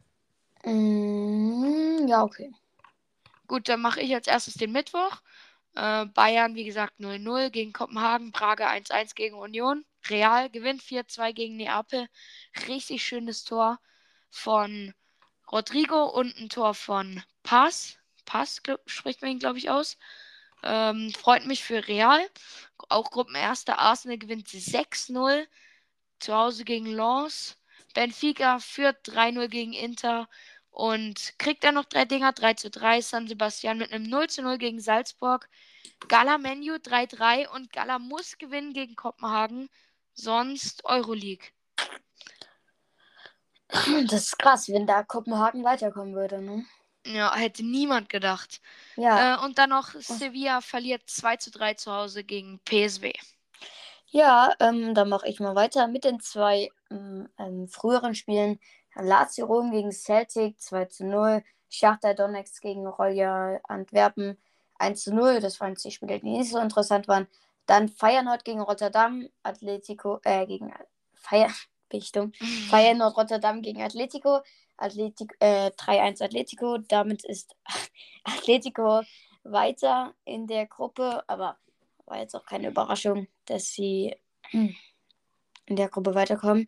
Ja, okay. Gut, dann mache ich als erstes den Mittwoch. Bayern, wie gesagt, 0-0 gegen Kopenhagen. Braga 1-1 gegen Union. Real gewinnt 4-2 gegen Neapel. Richtig schönes Tor von Rodrigo und ein Tor von Paz. Paz spricht man ihn, glaube ich, aus. Freut mich für Real. Auch Gruppenerster Arsenal gewinnt 6-0 zu Hause gegen Lens. Benfica führt 3-0 gegen Inter und kriegt dann noch 3 Dinger. 3-3. San Sebastian mit einem 0-0 gegen Salzburg. Gala Menu 3-3 und Gala muss gewinnen gegen Kopenhagen. Sonst Euroleague. Das ist krass, wenn da Kopenhagen weiterkommen würde, ne? Ja, hätte niemand gedacht. Ja, Und dann noch Sevilla verliert 2-3 zu Hause gegen PSW. ja, dann mache ich mal weiter mit den zwei früheren Spielen. Lazio Rom gegen Celtic 2-0. Shakhtar Donetsk gegen Royal Antwerpen 1-0. Das waren die Spiele, die nicht so interessant waren. Dann Feyenoord gegen Rotterdam, Feyenoord Rotterdam gegen Atletico. 3-1 Atletico. Damit ist Atletico weiter in der Gruppe, aber war jetzt auch keine Überraschung, dass sie in der Gruppe weiterkommen.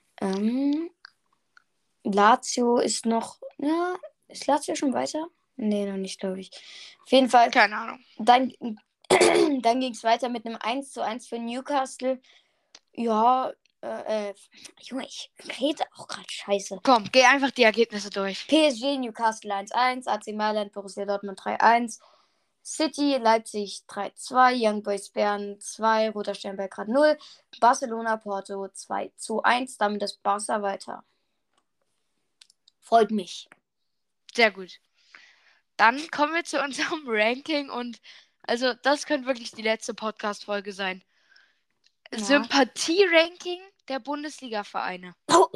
Lazio ist noch. Ja, ist Lazio schon weiter? Nee, noch nicht, glaube ich. Auf jeden Fall. Keine Ahnung. Dann, dann ging es weiter mit einem 1-1 für Newcastle. Ja, Junge, ich rede auch gerade scheiße. Komm, geh einfach die Ergebnisse durch. PSG, Newcastle 1-1, AC Mailand, Borussia Dortmund 3-1, City, Leipzig 3-2, Young Boys Bern 2, Roter Stern Belgrad 0, Barcelona, Porto 2-1, damit ist Barca weiter. Freut mich. Sehr gut. Dann kommen wir zu unserem Ranking und also das könnte wirklich die letzte Podcast-Folge sein. Ja. Sympathie-Ranking der Bundesliga-Vereine.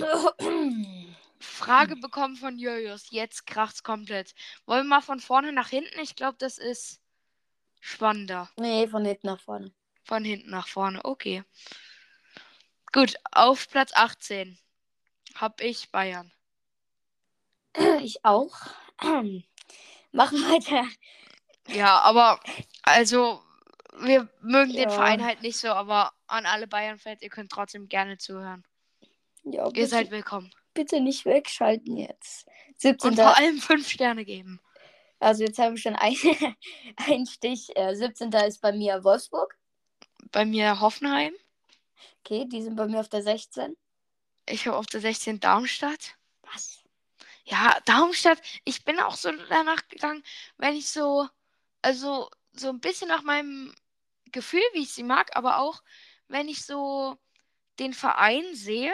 Frage bekommen von Julius. Jetzt kracht's komplett. Wollen wir mal von vorne nach hinten? Ich glaube, das ist spannender. Nee, von hinten nach vorne. Von hinten nach vorne. Okay. Gut, auf Platz 18 habe ich Bayern. Ich auch. Machen weiter. Ja, aber also wir mögen den Ja. Verein halt nicht so, aber an alle Bayern-Fans, ihr könnt trotzdem gerne zuhören. Ja, Ihr seid willkommen. bitte nicht wegschalten jetzt. 17. Und vor allem 5 Sterne geben. Also jetzt haben wir schon einen Stich. 17. ist bei mir Wolfsburg. Bei mir Hoffenheim. Okay, die sind bei mir auf der 16. Ich habe auf der 16 Darmstadt. Was? Ja, Darmstadt. Ich bin auch so danach gegangen, wenn ich also so ein bisschen nach meinem Gefühl, wie ich sie mag, aber auch, wenn ich so den Verein sehe,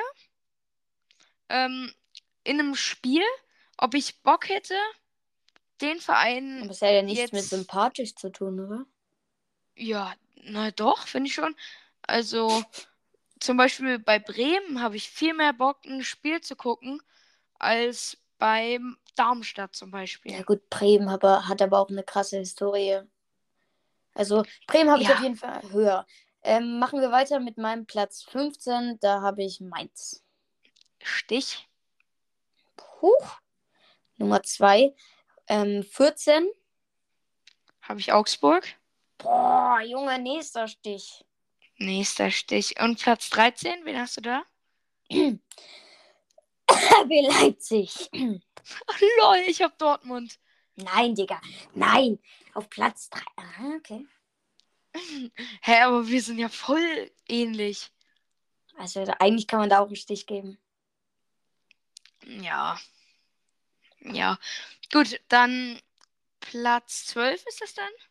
in einem Spiel, ob ich Bock hätte, den Verein Aber es hat ja nichts jetzt. mit sympathisch zu tun, oder? Ja, na doch, finde ich schon. Also, zum Beispiel bei Bremen habe ich viel mehr Bock, ein Spiel zu gucken, als beim Darmstadt zum Beispiel. Ja gut, Bremen hat aber auch eine krasse Historie. Also Bremen habe ich auf Ja, jeden Fall höher. Machen wir weiter mit meinem Platz 15. Da habe ich Mainz. Stich. Huch. Nummer 2. 14. Habe ich Augsburg. Boah, Junge, nächster Stich. Nächster Stich. Und Platz 13, wen hast du da? RB Leipzig. Lol, ich habe Dortmund. Nein, Digga. Nein. Auf Platz 3. Ah, okay. Hä, aber wir sind ja voll ähnlich. Also eigentlich kann man da auch einen Stich geben. Ja. Ja. Gut, dann Platz 12 ist das dann?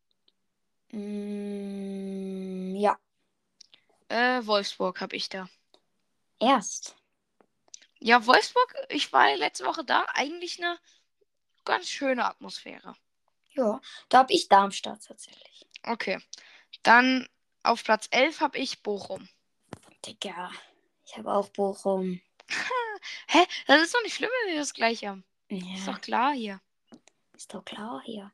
Ja. Wolfsburg habe ich da. Erst. Ja, Wolfsburg, ich war ja letzte Woche da. Eigentlich eine ganz schöne Atmosphäre. Ja. Da habe ich Darmstadt tatsächlich. Okay. Dann auf Platz 11 habe ich Bochum. Digga. Ich habe auch Bochum. Hä? Das ist doch nicht schlimm, wenn wir das gleich haben. Ja. Ist doch klar hier. Ist doch klar hier.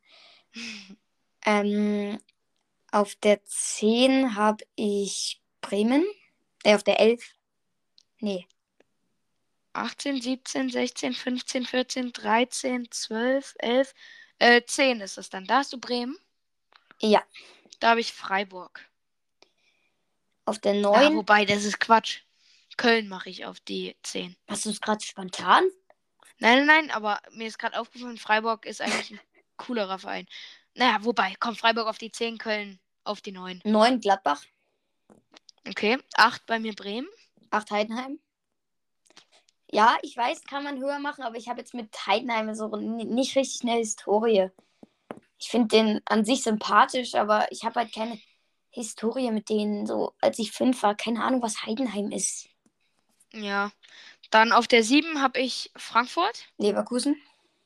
Auf der 10 habe ich Bremen. Auf der 11. Nee. 18, 17, 16, 15, 14, 13, 12, 11, 10 ist es dann. Da hast du Bremen. Ja. Da habe ich Freiburg. Auf der Ah, 9. wobei, das ist Quatsch. Köln mache ich auf die 10. Hast du es gerade spontan? Nein, aber mir ist gerade aufgefallen, Freiburg ist eigentlich ein coolerer Verein. Naja, wobei, komm, Freiburg auf die 10, Köln auf die 9. 9 Gladbach. Okay, 8 bei mir Bremen. 8 Heidenheim. Ja, ich weiß, kann man höher machen, aber ich habe jetzt mit Heidenheim so nicht richtig eine Historie. Ich finde den an sich sympathisch, aber ich habe halt keine Historie mit denen. So, als ich 5 war, keine Ahnung, was Heidenheim ist. Ja, dann auf der 7 habe ich Frankfurt. Leverkusen,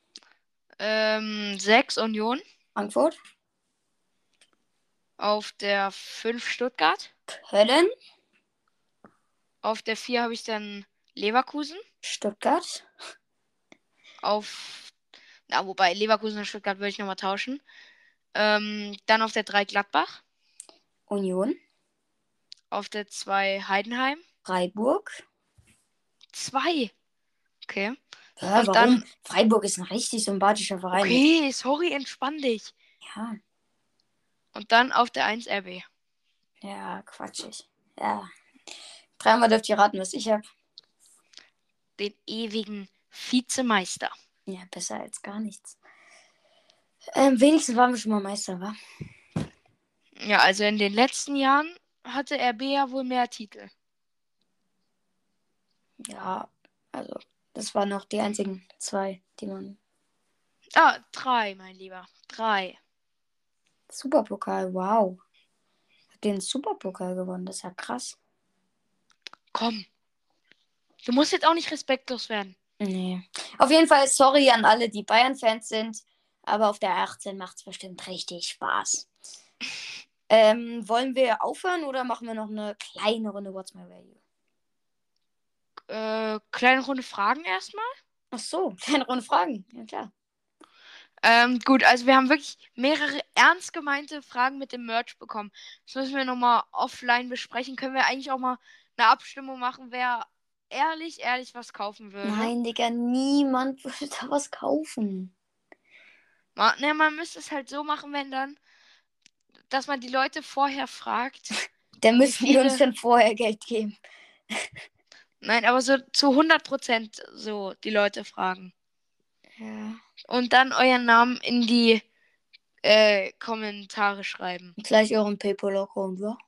6 Union. Frankfurt, Auf der 5 Stuttgart. Köln, Auf der 4 habe ich dann Leverkusen. Stuttgart, Wobei Leverkusen und Stuttgart würde ich nochmal tauschen. Dann auf der 3 Gladbach. Union, Auf der 2 Heidenheim. Freiburg. 2. Okay. Ja, Und warum? dann, Freiburg ist ein richtig sympathischer Verein mit. okay, sorry, entspann dich. Ja, Und dann auf der 1 RB. ja, quatschig. Ja. Dreimal dürft ihr raten, was ich habe. Den ewigen Vizemeister. Ja, besser als gar nichts. Wenigstens waren wir schon mal Meister, wa? Ja, also in den letzten Jahren hatte RB ja wohl mehr Titel. Ja, also das waren noch die einzigen 2, die man. 3, mein Lieber. 3. Superpokal, wow. Hat den Superpokal gewonnen, das ist ja krass. Komm. Du musst jetzt auch nicht respektlos werden. Nee. Auf jeden Fall sorry an alle, die Bayern-Fans sind, aber auf der 18 macht es bestimmt richtig Spaß. Wollen wir aufhören oder machen wir noch eine kleine Runde What's My Value? Kleine Runde Fragen erstmal. Ach so, kleine Runde Fragen. Ja, klar. Gut, also wir haben wirklich mehrere ernst gemeinte Fragen mit dem Merch bekommen. Das müssen wir nochmal offline besprechen. Können wir eigentlich auch mal eine Abstimmung machen, wer ehrlich was kaufen würde? Nein, Digga, niemand würde da was kaufen. Man müsste es halt so machen, wenn dann, dass man die Leute vorher fragt, Da wie müssen die uns viele. dann vorher Geld geben. Nein, aber so zu 100% so die Leute fragen. Ja. Und dann euren Namen in die Kommentare schreiben. Gleich euren PayPal-Account, wa?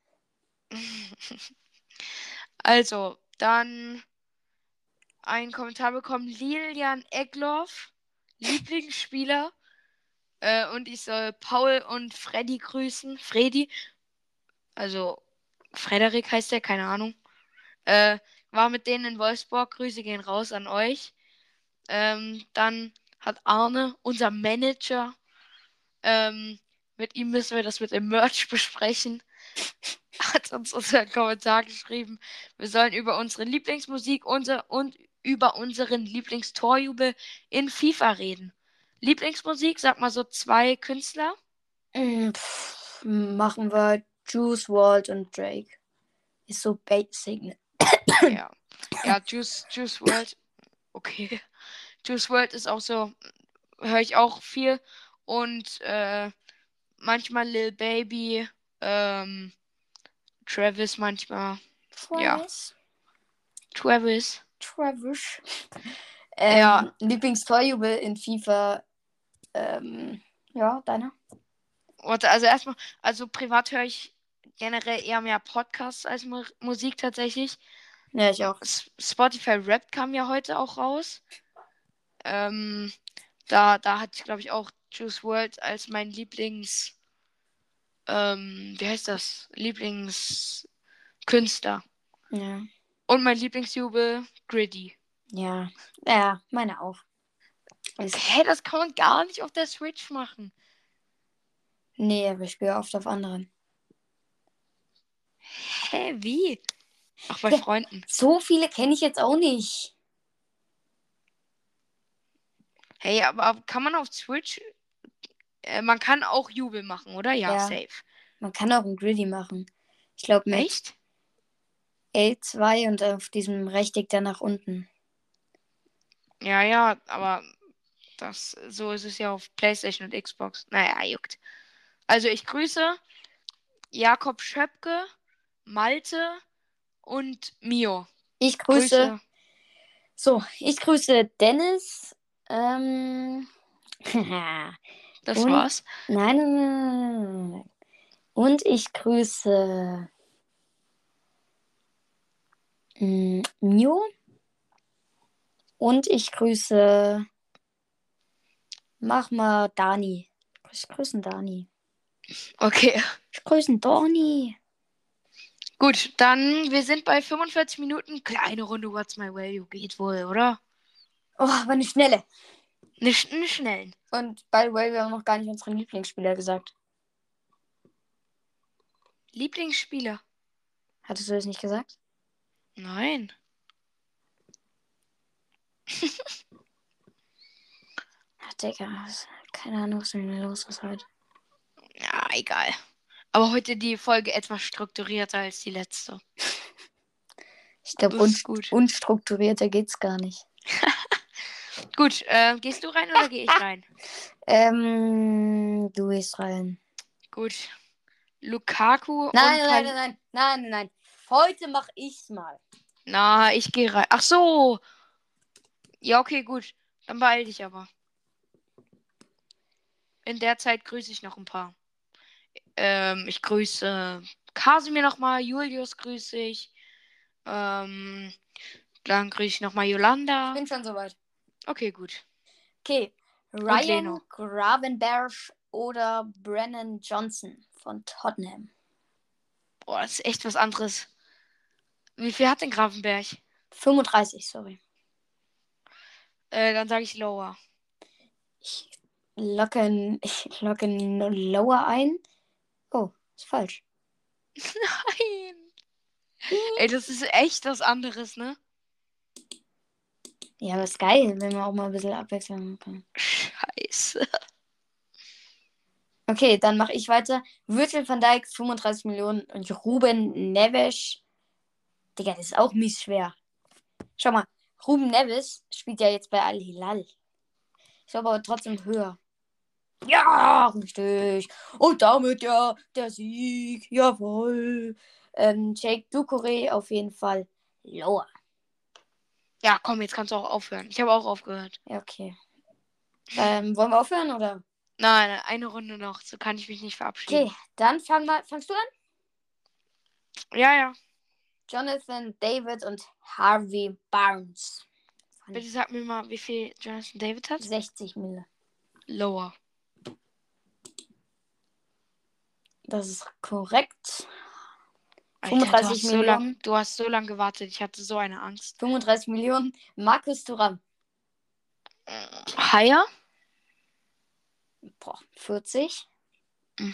Also, dann einen Kommentar bekommen. Lilian Egloff, Lieblingsspieler. Und ich soll Paul und Freddy grüßen. Freddy, also Frederik heißt der, keine Ahnung. War mit denen in Wolfsburg. Grüße gehen raus an euch. Dann hat Arne, unser Manager, mit ihm müssen wir das mit dem Merch besprechen. Hat uns unser Kommentar geschrieben, wir sollen über unsere Lieblingsmusik und über unseren Lieblingstorjubel in FIFA reden. Lieblingsmusik, sag mal so 2 Künstler. Machen wir Juice WRLD und Drake. Ist so basic, ne? Ja. Ja, Juice WRLD. Okay. Juice WRLD ist auch so, höre ich auch viel. Und manchmal Lil Baby, Travis manchmal. Ja, Travis. Travis. Ja, Lieblingstorjubel in FIFA. Ja, deiner? also erstmal, also privat höre ich generell eher mehr Podcasts als Musik tatsächlich. Ja, ich auch. Spotify Rap kam ja heute auch raus. Da hatte ich, glaube ich, auch Juice WRLD als mein wie heißt das? Lieblingskünstler. Ja. Und mein Lieblingsjubel, Gritty. Ja. Ja, meine auch. Okay, das kann man gar nicht auf der Switch machen. Nee, aber ich spiele oft auf anderen. Hä, wie? Auch bei Ja, Freunden. so viele kenne ich jetzt auch nicht. Hey, aber kann man auf Switch. Man kann auch Jubel machen, oder? Ja, Ja, safe. man kann auch ein Griddy machen. Ich glaube mit Echt? L2 und auf diesem Rechteck dann nach unten. Ja, aber so ist es ja auf PlayStation und Xbox. Naja, juckt. Also ich grüße Jakob Schöpke, Malte und Mio. Ich grüße. So, ich grüße Dennis. Das und war's. nein. Und ich grüße Mio. Und ich grüße. Mach mal Dani. Ich grüße Dani. Okay. Ich grüße Dani. Gut, dann wir sind bei 45 Minuten. Kleine Runde What's My Value geht wohl, oder? Oh, aber eine schnelle. Eine schnellen. Und by the way, wir haben noch gar nicht unseren Lieblingsspieler gesagt. Lieblingsspieler? Hattest du das nicht gesagt? Nein. Ach, Digga, keine Ahnung, was mit mir los ist heute. Ja, egal. Aber heute die Folge etwas strukturierter als die letzte. Ich glaube, Das ist gut. unstrukturierter geht's gar nicht. Gut, gehst du rein oder gehe ich rein? Du gehst rein. Gut. Lukaku Nein. Heute mach ich's mal. Na, ich gehe rein. Ach so. Ja, okay, gut. Dann beeil dich aber. In der Zeit grüße ich noch ein paar. Ich grüße Kasimir nochmal, Julius grüße ich. Dann grüße ich nochmal Yolanda. Ich bin schon soweit. Okay, gut. Okay. Und Ryan Leno. Gravenberch oder Brennan Johnson von Tottenham. Boah, das ist echt was anderes. Wie viel hat denn Grafenberg? 35, sorry. Dann sage ich Lower. Ich locke Lower ein. Oh, ist falsch. Nein. Ey, das ist echt was anderes, ne? Ja, aber ist geil, wenn man auch mal ein bisschen abwechseln kann. Scheiße. Okay, dann mache ich weiter. Virgil van Dijk, 35 Millionen. Und Ruben Neves. Digga, das ist auch mies schwer. Schau mal, Ruben Neves spielt ja jetzt bei Al-Hilal. Ich glaube aber trotzdem höher. Ja, richtig. Und damit ja der Sieg. Jawohl. Jake Doucouré auf jeden Fall lower. Ja, komm, jetzt kannst du auch aufhören. Ich habe auch aufgehört. Ja, okay. Wollen wir aufhören, oder? Nein, eine Runde noch. So kann ich mich nicht verabschieden. Okay, dann fangst du an? Ja. Jonathan David und Harvey Barnes. Bitte sag mir mal, wie viel Jonathan David hat. 60 Mille. Lower. Das ist korrekt. Alter, 35 Millionen. Du hast so lange gewartet. Ich hatte so eine Angst. 35 Millionen. Markus Thuram. Higher? Boah, 40. Mhm.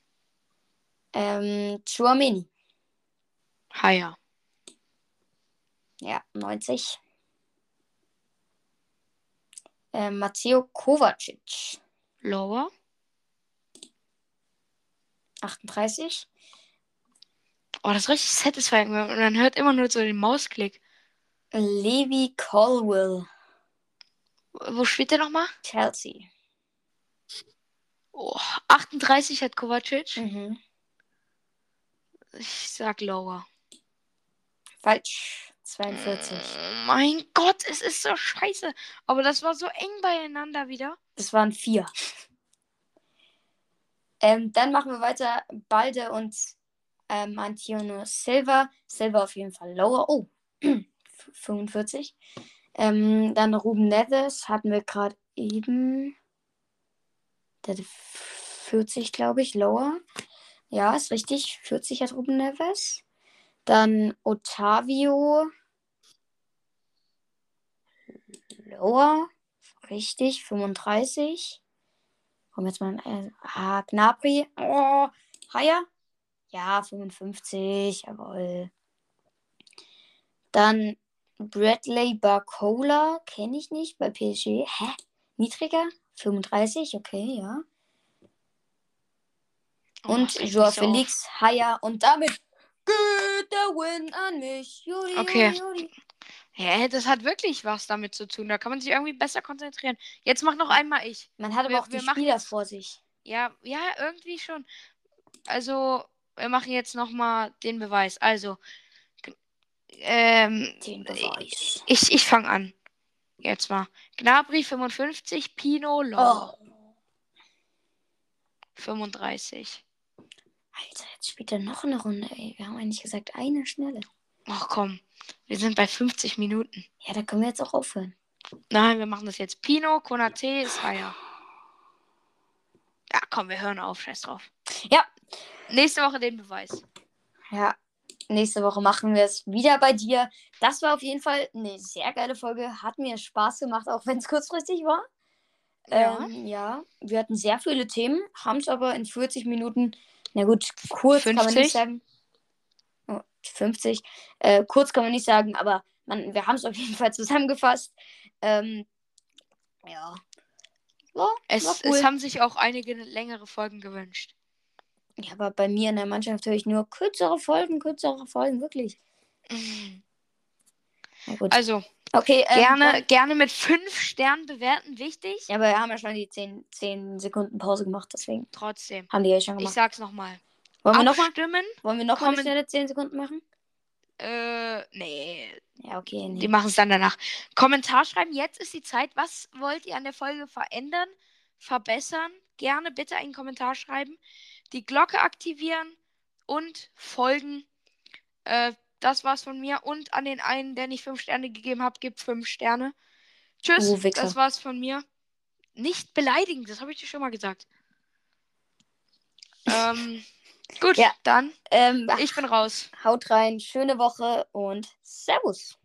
Tchouaméni. Higher. Ja, 90. Matteo Kovacic. Lower? 38. Oh, das ist richtig satisfying. Und man hört immer nur so den Mausklick. Levi Colwill. Wo spielt der nochmal? Chelsea. Oh, 38 hat Kovacic. Mhm. Ich sag Lower. Falsch. 42. Oh mein Gott, es ist so scheiße. Aber das war so eng beieinander wieder. Das waren 4. Dann machen wir weiter. Balde und Antonio Silva. Silva auf jeden Fall lower. Oh, 45. Dann Ruben Neves hatten wir gerade eben. Der hatte 40, glaube ich, lower. Ja, ist richtig. 40 hat Ruben Neves. Dann Otavio. Lower. Richtig. 35. Kommen jetzt mal Gnabry. Oh, higher. Ja, 55. Jawohl. Dann Bradley Barcola. Kenne ich nicht bei PSG. Hä? Niedriger? 35. Okay, ja. Und Joao Felix, higher. Und damit geht der Win an mich. Juli, Okay. Juli. Hä, das hat wirklich was damit zu tun. Da kann man sich irgendwie besser konzentrieren. Jetzt mach noch einmal ich. Man hat aber auch die Spieler vor sich. Ja, ja, irgendwie schon. Also, wir machen jetzt nochmal den Beweis. Also, Den Beweis. ich fange an. Jetzt mal. Gnabry 55, Pino Low Oh. 35. Alter, jetzt spielt er noch eine Runde, ey. Wir haben eigentlich gesagt, eine schnelle. Ach komm, wir sind bei 50 Minuten. Ja, da können wir jetzt auch aufhören. Nein, wir machen das jetzt. Pino, Konate, Isaiah. Ja, komm, wir hören auf. Scheiß drauf. Ja. Nächste Woche den Beweis. Ja, nächste Woche machen wir es wieder bei dir. Das war auf jeden Fall eine sehr geile Folge. Hat mir Spaß gemacht, auch wenn es kurzfristig war. Ja. Ja, wir hatten sehr viele Themen, haben es aber in 40 Minuten, na gut, kurz kann man nicht 50. sagen. Oh, 50. Kurz kann man nicht sagen, aber wir haben es auf jeden Fall zusammengefasst. Ja. War Es cool. haben sich auch einige längere Folgen gewünscht. Ja, aber bei mir in der Mannschaft höre ich nur kürzere Folgen, wirklich. Na gut. Also, Okay, gerne mit 5 Sternen bewerten, wichtig. ja, aber wir haben ja schon die 10 Sekunden Pause gemacht, deswegen Trotzdem. haben die ja schon Ich gemacht. sag's nochmal. Wollen wir nochmal? Abstimmen. Wollen wir nochmal eine schnelle 10 Sekunden machen? Nee. Ja, okay, Die nee. machen es dann danach. Kommentar schreiben, jetzt ist die Zeit. Was wollt ihr an der Folge verändern, verbessern? Gerne bitte einen Kommentar schreiben. Die Glocke aktivieren und folgen. Das war's von mir. Und an den einen, der nicht 5 Sterne gegeben hat, gibt 5 Sterne. Tschüss, Wichser. das war's von mir. Nicht beleidigen, das habe ich dir schon mal gesagt. Gut, Ja. dann ich bin raus. Haut rein, schöne Woche und Servus.